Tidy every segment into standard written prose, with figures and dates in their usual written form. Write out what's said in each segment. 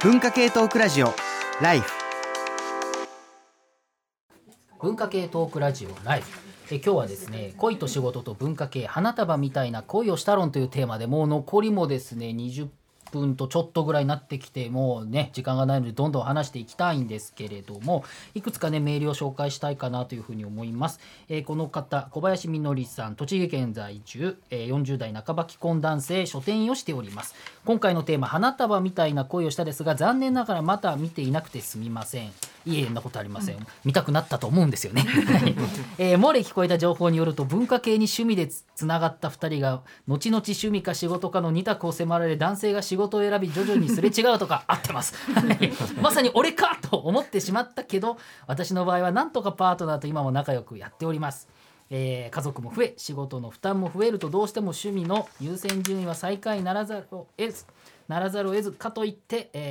文化系トークラジオライフ。 文化系トークラジオライフ。今日はですね、恋と仕事と文化系花束みたいな恋をした論というテーマで、もう残りもですね20分とちょっとぐらいになってきて、もうね時間がないのでどんどん話していきたいんですけれども、いくつかねメールを紹介したいかなというふうに思います。この方、小林みのりさん、栃木県在住、40代半ば既婚男性、書店員をしております。今回のテーマ、花束みたいな恋をしたですが、残念ながらまだ見ていなくてすみません。いえ、そんなことありません、見たくなったと思うんですよね。漏れ聞こえた情報によると、文化系に趣味でつながった2人が後々趣味か仕事かの2択を迫られ、男性が仕事を選び徐々にすれ違うとかあってます。まさに俺かと思ってしまったけど、私の場合はなんとかパートナーと今も仲良くやっております。家族も増え、仕事の負担も増えると、どうしても趣味の優先順位は最下位にならざるを得ずかといって、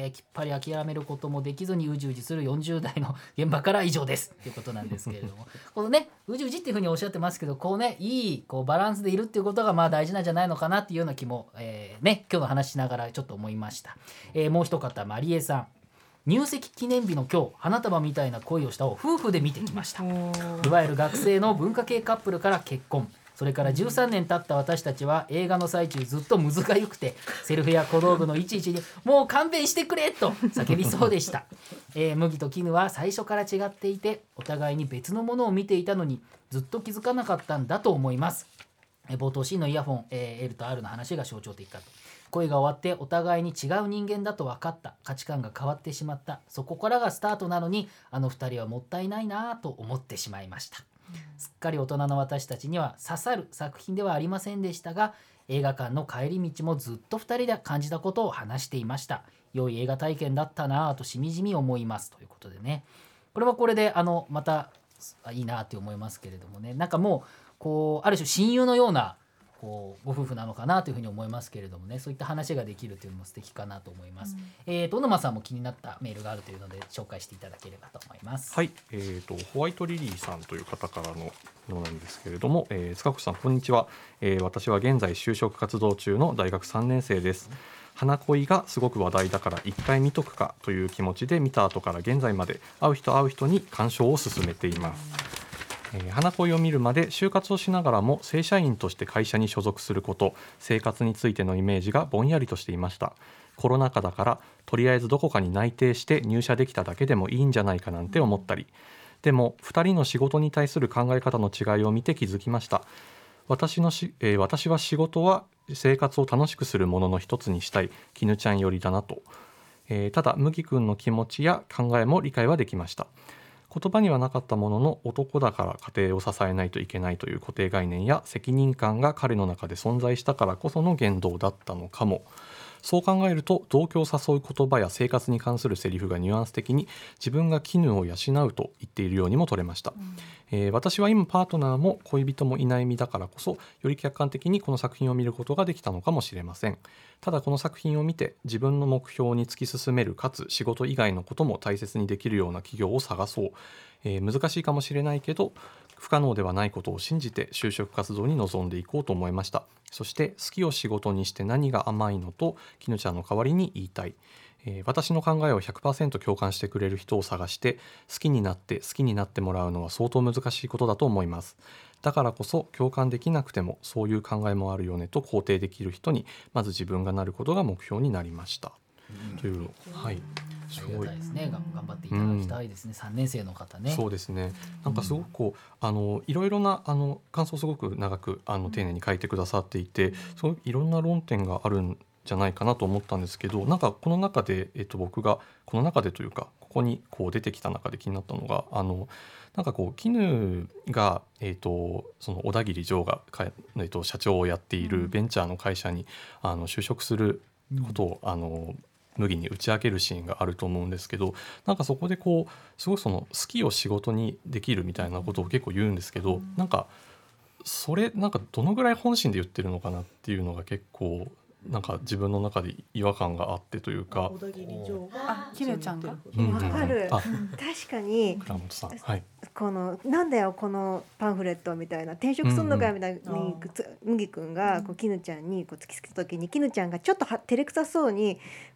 きっぱり諦めることもできずにうじうじする40代の現場から以上ですということなんですけれども、このねうじうじっていうふうにおっしゃってますけど、こうねいいバランスでいるっていうことが大事なんじゃないのかなっていうような気も、今日の話しながらちょっと思いました。もう一方、マリエさん、入籍記念日の今日、花束みたいな恋をしたを夫婦で見てきました。いわゆる学生の文化系カップルから結婚、それから13年経った私たちは映画の最中ずっとむずがゆくて、セルフや小道具のいちいちにもう勘弁してくれと叫びそうでした。麦と絹は最初から違っていて、お互いに別のものを見ていたのにずっと気づかなかったんだと思います。冒頭 C のイヤホン、L と R の話が象徴的かと。恋が終わってお互いに違う人間だと分かった、価値観が変わってしまった、そこからがスタートなのに、あの二人はもったいないなと思ってしまいました。すっかり大人の私たちには刺さる作品ではありませんでしたが、映画館の帰り道もずっと二人で感じたことを話していました。良い映画体験だったなとしみじみ思いますということでね、これはこれでまたいいなと思いますけれどもね、なんかもうある種親友のようなご夫婦なのかなというふうに思いますけれどもね、そういった話ができるというのも素敵かなと思います。小沼さんも気になったメールがあるというので紹介していただければと思います。 はい、ホワイトリリーさんという方からのものなんですけれども、塚越さんこんにちは。私は現在就職活動中の大学3年生です。花恋がすごく話題だから一回見とくかという気持ちで見た後から現在まで会う人に鑑賞を進めています。花恋を見るまで就活をしながらも正社員として会社に所属すること、生活についてのイメージがぼんやりとしていました。コロナ禍だからとりあえずどこかに内定して入社できただけでもいいんじゃないかなんて思ったり、でも2人の仕事に対する考え方の違いを見て気づきました。私は仕事は生活を楽しくするものの一つにしたい絹ちゃん寄りだなと。ただ麦くんの気持ちや考えも理解はできました。言葉にはなかったものの、男だから家庭を支えないといけないという固定概念や責任感が彼の中で存在したからこその言動だったのかも。そう考えると、同居を誘う言葉や生活に関するセリフがニュアンス的に自分が絹を養うと言っているようにも取れました。私は今パートナーも恋人もいない身だからこそ、より客観的にこの作品を見ることができたのかもしれません。ただこの作品を見て自分の目標に突き進める、かつ仕事以外のことも大切にできるような企業を探そう。難しいかもしれないけど不可能ではないことを信じて就職活動に臨んでいこうと思いました。そして好きを仕事にして何が甘いのと絹ちゃんの代わりに言いたい。私の考えを 100% 共感してくれる人を探して好きになってもらうのは相当難しいことだと思います。だからこそ共感できなくてもそういう考えもあるよねと肯定できる人にまず自分がなることが目標になりました、という、はい、 ありがたいですね。頑張っていただきたいですね。3年生の方ね。 そうですね。なんかすごくいろいろな感想をすごく長く丁寧に書いてくださっていて、すごいいろんな論点があるんじゃないかなと思ったんですけど、なんかこの中で、僕がこの中でというかここに出てきた中で気になったのがなんか絹が、その小田切丈が社長をやっているベンチャーの会社に就職することを麦に打ち明けるシーンがあると思うんですけど、なんかそこですごいその好きを仕事にできるみたいなことを結構言うんですけど、なんかそれなんかどのぐらい本心で言ってるのかなっていうのが結構なんか自分の中で違和感があってというか、 小田切丈が絹ちゃんがわかる、確かに倉本さん、はい、 このなんだよこのパンフレットみたいな転職すんのかよみたいに麦くんが絹ちゃんに突きつけた時に絹ちゃんがちょっと照れくさそうに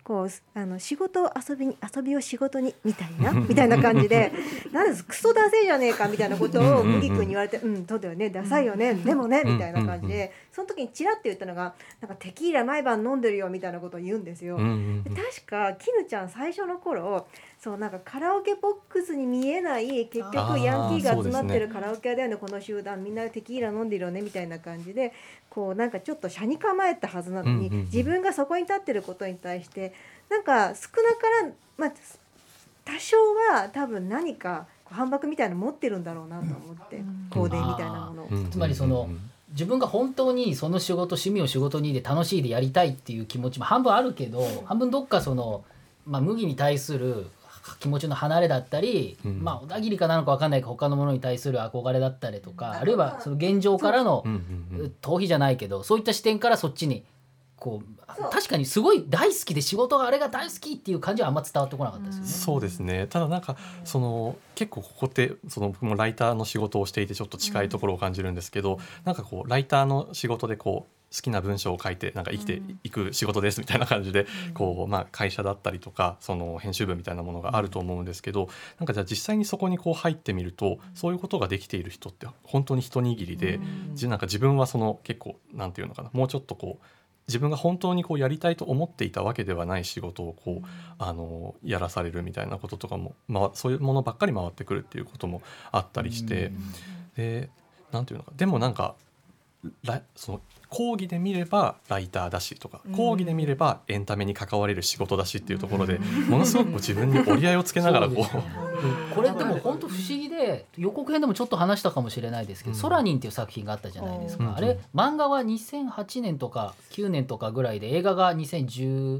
こう仕事を遊びを仕事にみたいな感じでなんですクソダセじゃねえかみたいなことを麦君に言われて、そうだよねダサいよねでもねみたいな感じで、その時にチラッて言ったのがなんかテキーラ毎晩飲んでるよみたいなことを言うんですよ。で確か絹ちゃん最初の頃そうなんかカラオケボックスに見えない結局ヤンキーが集まってるカラオケ屋だよねこの集団みんなテキーラ飲んでるよねみたいな感じでこうなんかちょっと車に構えたはずなのに、自分がそこに立ってることに対してなんか少なから多少は多分何か反駁みたいなの持ってるんだろうなと思って、コーデみたいなものを、 つまりその自分が本当にその仕事趣味を仕事にで楽しいでやりたいっていう気持ちも半分あるけど、半分どっかその、麦に対する気持ちの離れだったり、小田切かなのか分かんないか他のものに対する憧れだったりとか、あるいはその現状からの逃避じゃないけどそういった視点からそっちにこう確かにすごい大好きで仕事があれが大好きっていう感じはあんま伝わってこなかったですよね。 そうですね。ただなんかその結構ここってその僕もライターの仕事をしていてちょっと近いところを感じるんですけど、なんかこうライターの仕事でこう好きな文章を書いてなんか生きていく仕事ですみたいな感じでこう会社だったりとかその編集部みたいなものがあると思うんですけど、なんかじゃあ実際にそこにこう入ってみるとそういうことができている人って本当に一握りで、なんか自分はその結構なんていうのかな、もうちょっとこう自分が本当にこうやりたいと思っていたわけではない仕事をこうやらされるみたいなこととかも、そういうものばっかり回ってくるっていうこともあったりして、でなんていうのか、でもなんかその講義で見ればライターだしとか講義で見ればエンタメに関われる仕事だしっていうところでものすごく自分に折り合いをつけながらこれでも本当不思議で、予告編でもちょっと話したかもしれないですけど、ソラニンっていう作品があったじゃないですか。あれ漫画は2008年とか9年とかぐらいで、映画が2010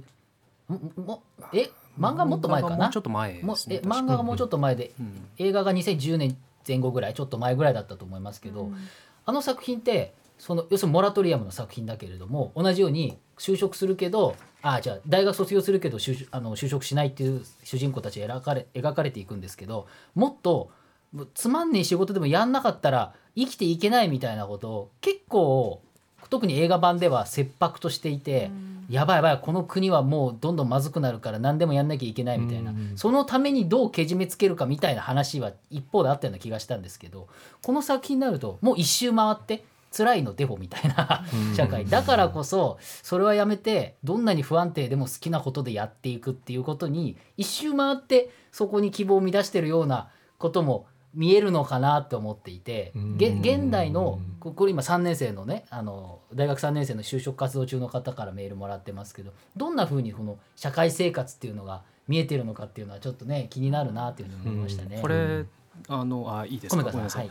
漫画もっと前かな、 もうちょっと前ですね。 漫画がもうちょっと前で、映画が2010年前後ぐらいちょっと前ぐらいだったと思いますけど、あの作品ってその要するにモラトリアムの作品だけれども、同じように就職するけどじゃあ大学卒業するけど就職しないっていう主人公たちが描かれていくんですけど、もっとつまんねえ仕事でもやんなかったら生きていけないみたいなことを結構特に映画版では切迫としていて、やばいやばいこの国はもうどんどんまずくなるから何でもやんなきゃいけないみたいな、そのためにどうけじめつけるかみたいな話は一方であったような気がしたんですけど、この作品になるともう一周回って辛いのデフォみたいな社会だからこそ、それはやめてどんなに不安定でも好きなことでやっていくっていうことに一周回ってそこに希望を乱してるようなことも見えるのかなと思っていて、現代のこれ今3年生のね大学3年生の就職活動中の方からメールもらってますけど、どんな風にこの社会生活っていうのが見えてるのかっていうのはちょっとね気になるなっていうふうに思いましたね。 これいいですか。ごめんなさい。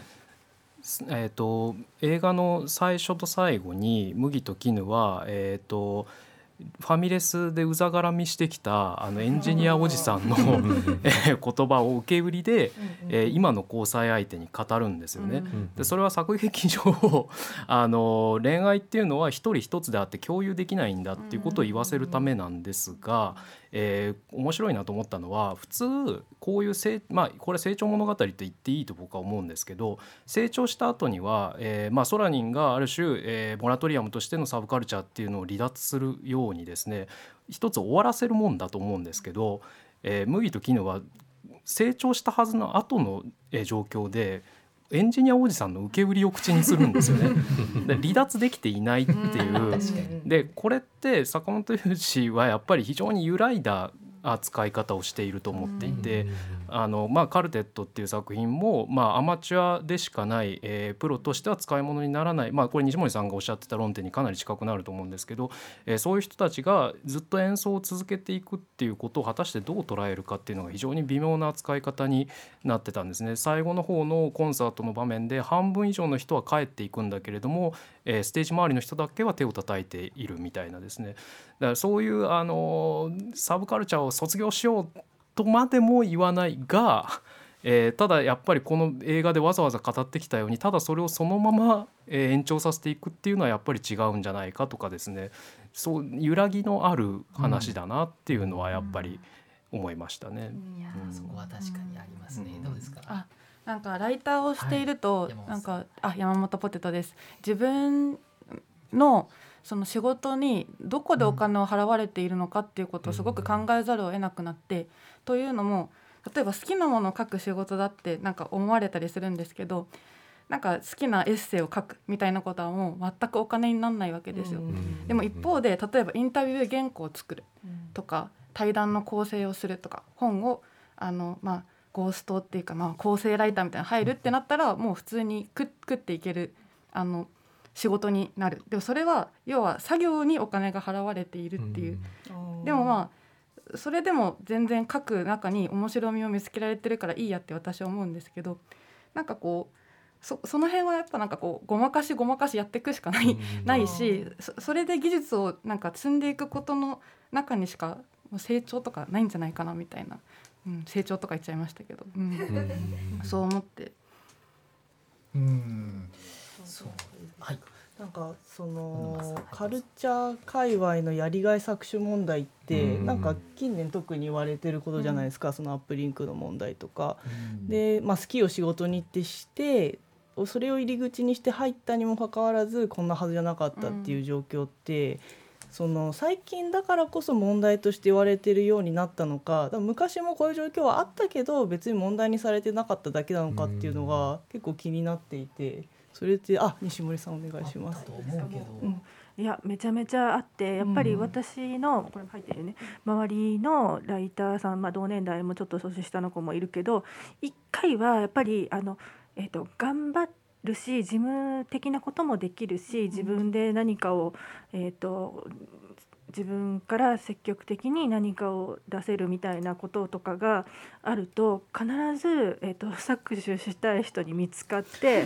映画の最初と最後に麦と絹は、ファミレスでうざがらみしてきたエンジニアおじさんの言葉を受け売りで、今の交際相手に語るんですよね。でそれは作劇上恋愛っていうのは一人一つであって共有できないんだっていうことを言わせるためなんですが、面白いなと思ったのは、普通こういうこれ成長物語と言っていいと僕は思うんですけど、成長した後には、ソラニンがある種、モラトリアムとしてのサブカルチャーっていうのを離脱するようにですね、一つ終わらせるもんだと思うんですけど、麦と絹は成長したはずの後の、状況でエンジニアおじさんの受け売りを口にするんですよね。で離脱できていないっていうで、これって坂本龍一はやっぱり非常に揺らいだ扱い方をしていると思っていて、カルテットっていう作品も、アマチュアでしかない、プロとしては使い物にならない、これ西森さんがおっしゃってた論点にかなり近くなると思うんですけど、そういう人たちがずっと演奏を続けていくっていうことを果たしてどう捉えるかっていうのが非常に微妙な扱い方になってたんですね。最後の方のコンサートの場面で半分以上の人は帰っていくんだけれども、ステージ周りの人だけは手を叩いているみたいなですね。だからそういうサブカルチャーを卒業しようとまでも言わないが、ただやっぱりこの映画でわざわざ語ってきたように、ただそれをそのまま、延長させていくっていうのはやっぱり違うんじゃないかとかですね、そう揺らぎのある話だなっていうのはやっぱり思いましたね。 そこは確かにありますね。どうですか。 なんかライターをしていると、なんか山本ポテトです。自分のその仕事にどこでお金を払われているのかっていうことをすごく考えざるを得なくなって、というのも例えば好きなものを書く仕事だってなんか思われたりするんですけど、なんか好きなエッセイを書くみたいなことはもう全くお金にならないわけですよ。でも一方で例えばインタビュー原稿を作るとか、対談の構成をするとか、本をゴーストっていうか構成ライターみたいな入るってなったらもう普通に食っていける仕事になる。でもそれは要は作業にお金が払われているっていう、でもそれでも全然書く中に面白みを見つけられてるからいいやって私は思うんですけど、なんかこうその辺はやっぱなんかこうごまかしやっていくしかないし、それで技術をなんか積んでいくことの中にしか成長とかないんじゃないかなみたいな、成長とか言っちゃいましたけど、そう思って、 そうはいなんかそのカルチャー界隈のやりがい搾取問題ってなんか近年特に言われてることじゃないですか、そのアップリンクの問題とかで、好きを仕事にってしてそれを入り口にして入ったにもかかわらずこんなはずじゃなかったっていう状況って、その最近だからこそ問題として言われてるようになったのか、昔もこういう状況はあったけど別に問題にされてなかっただけなのかっていうのが結構気になっていて、それって西森さんお願いします。 いやめちゃめちゃあって、やっぱり私のこれ書いてるね、周りのライターさん、同年代もちょっと年下の子もいるけど、一回はやっぱり頑張るし事務的なこともできるし、自分で何かを自分から積極的に何かを出せるみたいなこととかがあると必ず、搾取したい人に見つかって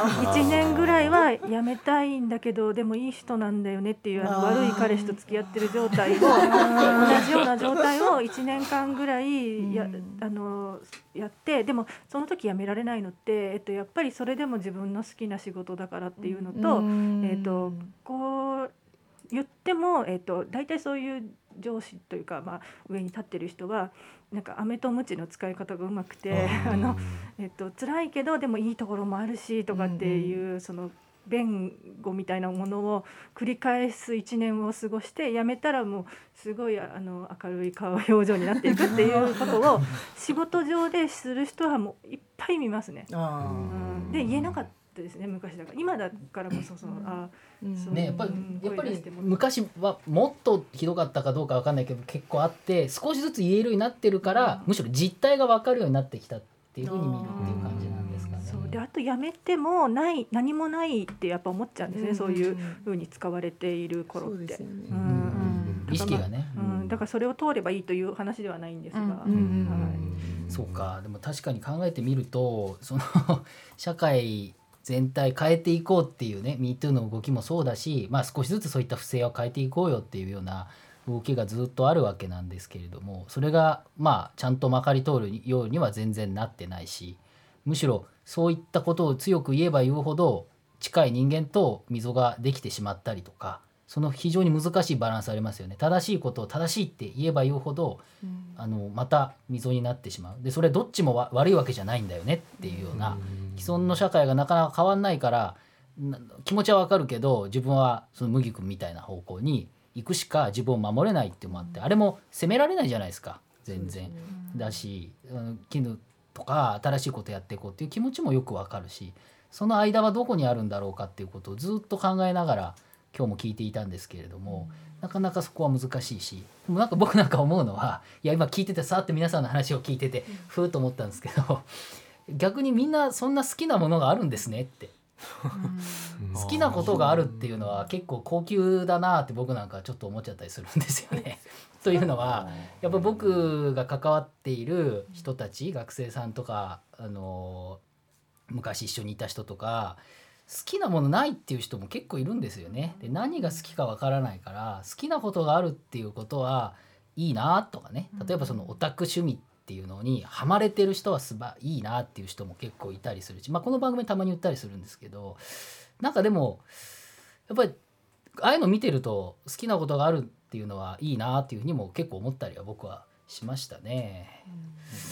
1年ぐらいは辞めたいんだけどでもいい人なんだよねっていう悪い彼氏と付き合ってる状態を同じような状態を1年間ぐらいやって、でもその時辞められないのって、やっぱりそれでも自分の好きな仕事だからっていうのと、こう言っても、大体そういう上司というか、上に立ってる人はなんか飴と鞭の使い方がうまくて辛いけどでもいいところもあるしとかっていう、その弁護みたいなものを繰り返す1年を過ごして辞めたらもうすごい明るい表情になっていくっていうことを仕事上でする人はもういっぱい見ますね。で言えなかったですね、昔だから。今だからこそやっぱり昔はもっとひどかったかどうか分かんないけど結構あって、少しずつ言えるようになってるから、むしろ実態が分かるようになってきたっていうふうに見るっていう感じなんですかね。 そうで、あとやめても何もないってやっぱ思っちゃうんですね、そういうふうに使われている頃って。 意識がね、 だからそれを通ればいいという話ではないんですが、 そうか。でも確かに考えてみると、その社会全体変えていこうっていうね MeToo の動きもそうだし、少しずつそういった不正を変えていこうよっていうような動きがずっとあるわけなんですけれども、それがちゃんとまかり通るようには全然なってないし、むしろそういったことを強く言えば言うほど近い人間と溝ができてしまったりとか、その非常に難しいバランスありますよね。正しいことを正しいって言えば言うほど、また溝になってしまう。でそれどっちも悪いわけじゃないんだよねっていうような、既存の社会がなかなか変わんないから気持ちはわかるけど、自分はその麦君みたいな方向に行くしか自分を守れないっていうのもあって、あれも責められないじゃないですか全然。だし絹とか新しいことやっていこうっていう気持ちもよくわかるし、その間はどこにあるんだろうかっていうことをずっと考えながら今日も聞いていたんですけれども、なかなかそこは難しいし、でも僕なんか思うのは、いや今聞いててさーって皆さんの話を聞いててふーっと思ったんですけど、逆にみんなそんな好きなものがあるんですねって好きなことがあるっていうのは結構高級だなって僕なんかちょっと思っちゃったりするんですよねというのはやっぱ僕が関わっている人たち、学生さんとか昔一緒にいた人とか、好きなものないっていう人も結構いるんですよね。で何が好きかわからないから、好きなことがあるっていうことはいいなとかね、例えばそのオタク趣味っていうのにハマれてる人はいいなっていう人も結構いたりするし、この番組たまに言ったりするんですけど、なんかでもやっぱりああいうの見てると好きなことがあるっていうのはいいなっていうふうにも結構思ったりは僕はしましたね。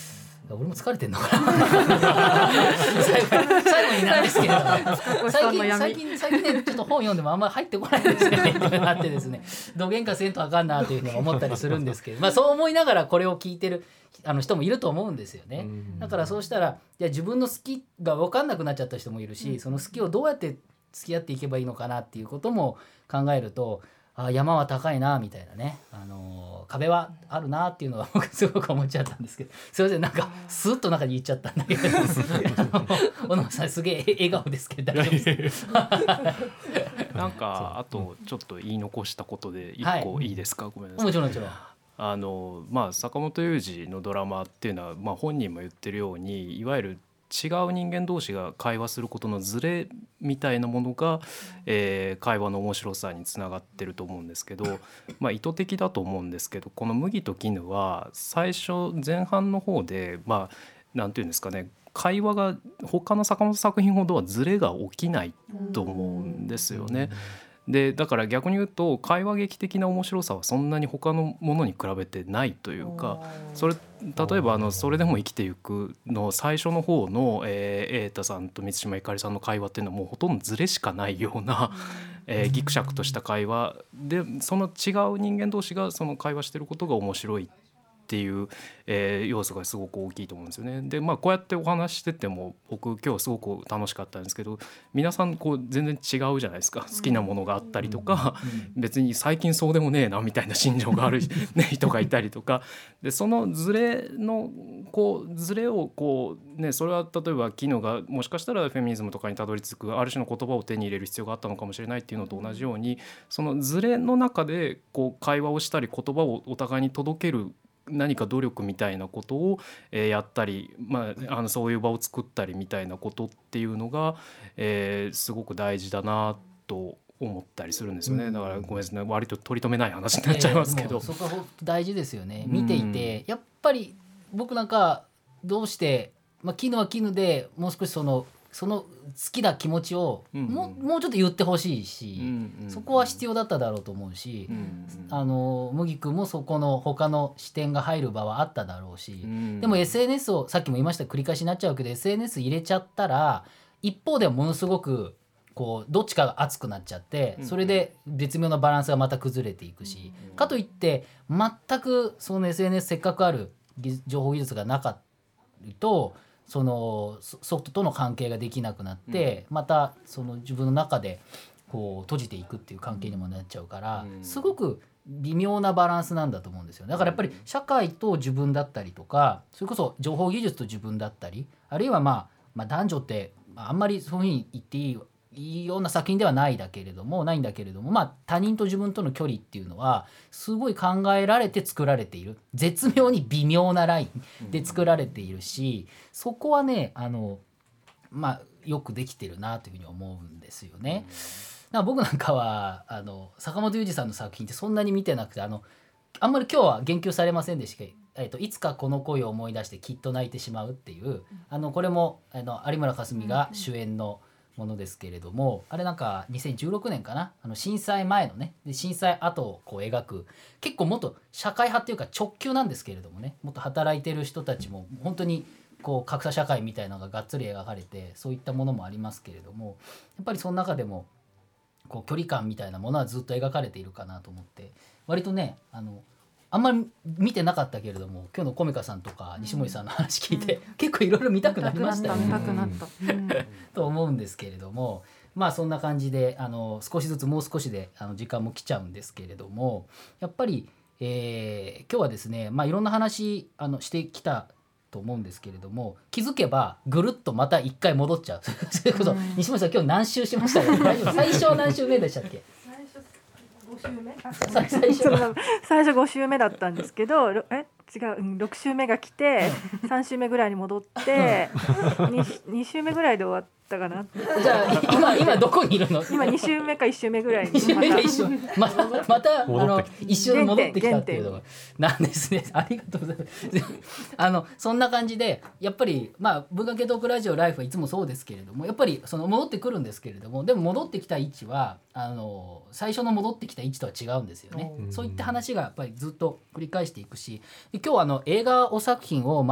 俺も疲れてんのかな最後になるんですけれども最近ねちょっと本読んでもあんまり入ってこないんですよねってなってですねどげんかせんとあかんなというふうに思ったりするんですけど、そう思いながらこれを聞いてる人もいると思うんですよね。だからそうしたらいや自分の好きが分かんなくなっちゃった人もいるし、その好きをどうやって付き合っていけばいいのかなっていうことも考えると、山は高いなみたいなね、壁はあるなっていうのは僕すごく思っちゃったんですけど、すいませんなんかスッと中に言っちゃったんだけど小野さんすげえ笑顔ですけど大丈夫ですなんかあとちょっと言い残したことで一個いいですか、ごめんなさい。 もちろんもちろん。 坂本龍二のドラマっていうのは、本人も言ってるようにいわゆる違う人間同士が会話することのズレみたいなものが、会話の面白さにつながってると思うんですけど、意図的だと思うんですけど、この麦と絹は最初前半の方でなんていうんですかね、会話が他の坂本作品ほどはズレが起きないと思うんですよね。でだから逆に言うと会話劇的な面白さはそんなに他のものに比べてないというか、例えばそれでも生きていくの最初の方の瑛太さんと満島ひかりさんの会話っていうのはもうほとんどズレしかないようなギクシャクとした会話で、その違う人間同士がその会話してることが面白いっていう、要素がすごく大きいと思うんですよね。でこうやってお話してても僕今日すごく楽しかったんですけど、皆さん全然違うじゃないですか。好きなものがあったりとか、別に最近そうでもねえなみたいな心情がある、人がいたりとかで、そのズレのズレをそれは例えば絹がもしかしたらフェミニズムとかにたどり着くある種の言葉を手に入れる必要があったのかもしれないっていうのと同じように、そのズレの中で会話をしたり言葉をお互いに届ける何か努力みたいなことをやったり、そういう場を作ったりみたいなことっていうのがすごく大事だなと思ったりするんですよね。だからごめんなさい、割と取り留めない話になっちゃいますけど、 そこは大事ですよね。見ていてやっぱり僕なんかどうして絹は絹でもう少しその好きな気持ちをもうちょっと言ってほしいし、そこは必要だっただろうと思うし、麦君もそこの他の視点が入る場はあっただろうし、でも SNS をさっきも言いました繰り返しになっちゃうけど SNS 入れちゃったら一方ではものすごくどっちかが熱くなっちゃって、それで絶妙なバランスがまた崩れていくし、かといって全くその SNS せっかくある情報技術がなかったとそのソフトとの関係ができなくなって、またその自分の中で閉じていくっていう関係にもなっちゃうから、すごく微妙なバランスなんだと思うんですよ。だからやっぱり社会と自分だったりとか、それこそ情報技術と自分だったり、あるいは男女ってあんまりそういうふうに言っていいような作品ではないんだけれども、他人と自分との距離っていうのはすごい考えられて作られている、絶妙に微妙なラインで作られているし、そこはねよくできてるなというふうに思うんですよね。だから僕なんかは坂本龍二さんの作品ってそんなに見てなくて、あんまり今日は言及されませんでしたけど、いつかこの恋を思い出してきっと泣いてしまうっていうこれも有村架純が主演のものですけれども、あれなんか2016年かな、震災前のね、で震災後を描く結構もっと社会派っていうか直球なんですけれどもね、もっと働いてる人たちも本当に格差社会みたいなのががっつり描かれて、そういったものもありますけれども、やっぱりその中でも距離感みたいなものはずっと描かれているかなと思って、割とねあんまり見てなかったけれども今日のコメカさんとか西森さんの話聞いて、結構いろいろ見たくなりましたよね。 見たくなった、 と思うんですけれども、そんな感じで少しずつもう少しで時間も来ちゃうんですけれども、やっぱり、今日はですね、いろんな話してきたと思うんですけれども、気づけばぐるっとまた一回戻っちゃうそれこそ西森さん今日何週しましたか？大丈夫？最初何週目でしたっけ？ 最初5週目だったんですけど、違う、6週目が来て3週目ぐらいに戻って2週目ぐらいで終わったかな。 じゃあ今どこにいるの？ 今2週目か1週目ぐらいにまた一緒に戻ってきたっていうのがなんですね。ありがとうございます。そんな感じでやっぱり文化系トークラジオライフはいつもそうですけれども、やっぱり戻ってくるんですけれども、でも戻ってきた位置は最初の戻ってきた位置とは違うんですよね。そういった話がやっぱりずっと繰り返していくし、今日は映画お作品を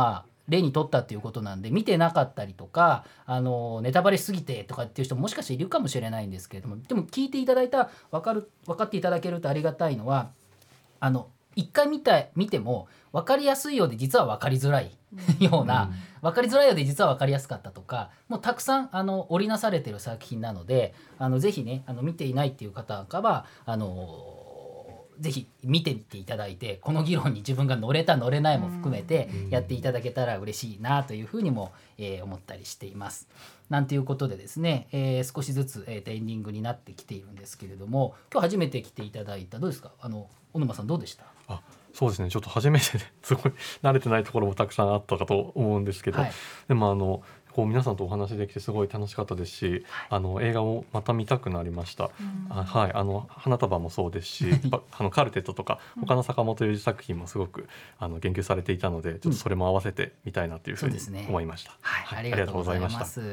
例にとったっていうことなんで、見てなかったりとかネタバレしすぎてとかっていう人ももしかしているかもしれないんですけれども、でも聞いていただいたら分かっていただけるとありがたいのは、一回見ても分かりやすいようで実は分かりづらいような、分かりづらいようで実は分かりやすかったとか、もうたくさん織りなされてる作品なので、ぜひね見ていないっていう方はぜひ見てみていただいて、この議論に自分が乗れた乗れないも含めてやっていただけたら嬉しいなというふうにも、思ったりしています。なんていうことでですね、少しずつ、エンディングになってきているんですけれども、今日初めて来ていただいたどうですか、小沼さんどうでした？ そうですね、ちょっと初めてですごい慣れてないところもたくさんあったかと思うんですけど、はい、でもこう皆さんとお話できてすごい楽しかったですし、映画をまた見たくなりました。はい、花束もそうですしカルテットとか他の坂本龍二作品もすごく言及されていたので、ちょっとそれも合わせてみたいなというふうに思いました。 ありがとうございます。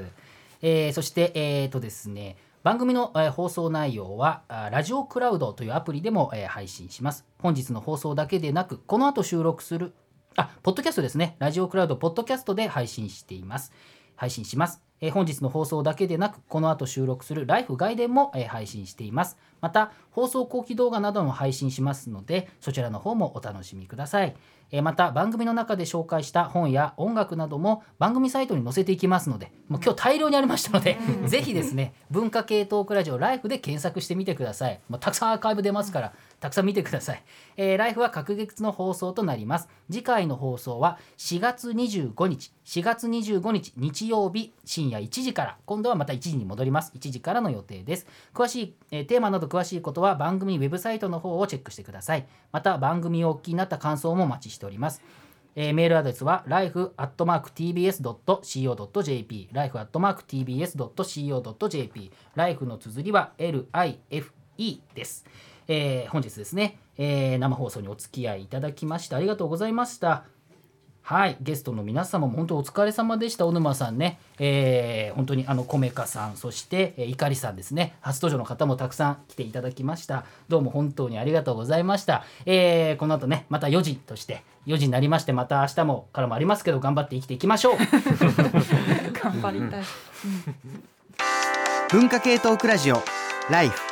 そしてですね、番組の放送内容はラジオクラウドというアプリでも配信します。本日の放送だけでなく、この後収録するポッドキャストですね、ラジオクラウドポッドキャストで配信します。本日の放送だけでなく、この後収録するライフ外伝も配信しています。また放送後期動画なども配信しますので、そちらの方もお楽しみください。また番組の中で紹介した本や音楽なども番組サイトに載せていきますので、もう今日大量にありましたのでぜひですね、文化系トークラジオライフで検索してみてください。たくさんアーカイブ出ますからたくさん見てください。ライフは隔月の放送となります。次回の放送は4月25日日曜日深夜1時から、今度はまた1時に戻ります。1時からの予定です。詳しい、テーマなど詳しいことは番組ウェブサイトの方をチェックしてください。また番組をお聞きになった感想もお待ちしております。メールアドレスは life@tbs.co.jp life@tbs.co.jp ライフの綴りは LIFE です。本日ですね、生放送にお付き合いいただきましてありがとうございました。はい、ゲストの皆様も本当お疲れ様でした。小沼さんね、本当にコメカさん、そしていかりさんですね、初登場の方もたくさん来ていただきました。どうも本当にありがとうございました。この後ね、また4時として4時になりまして、また明日もからもありますけど頑張って生きていきましょう頑張りたい。 文化系トークラジオライフ。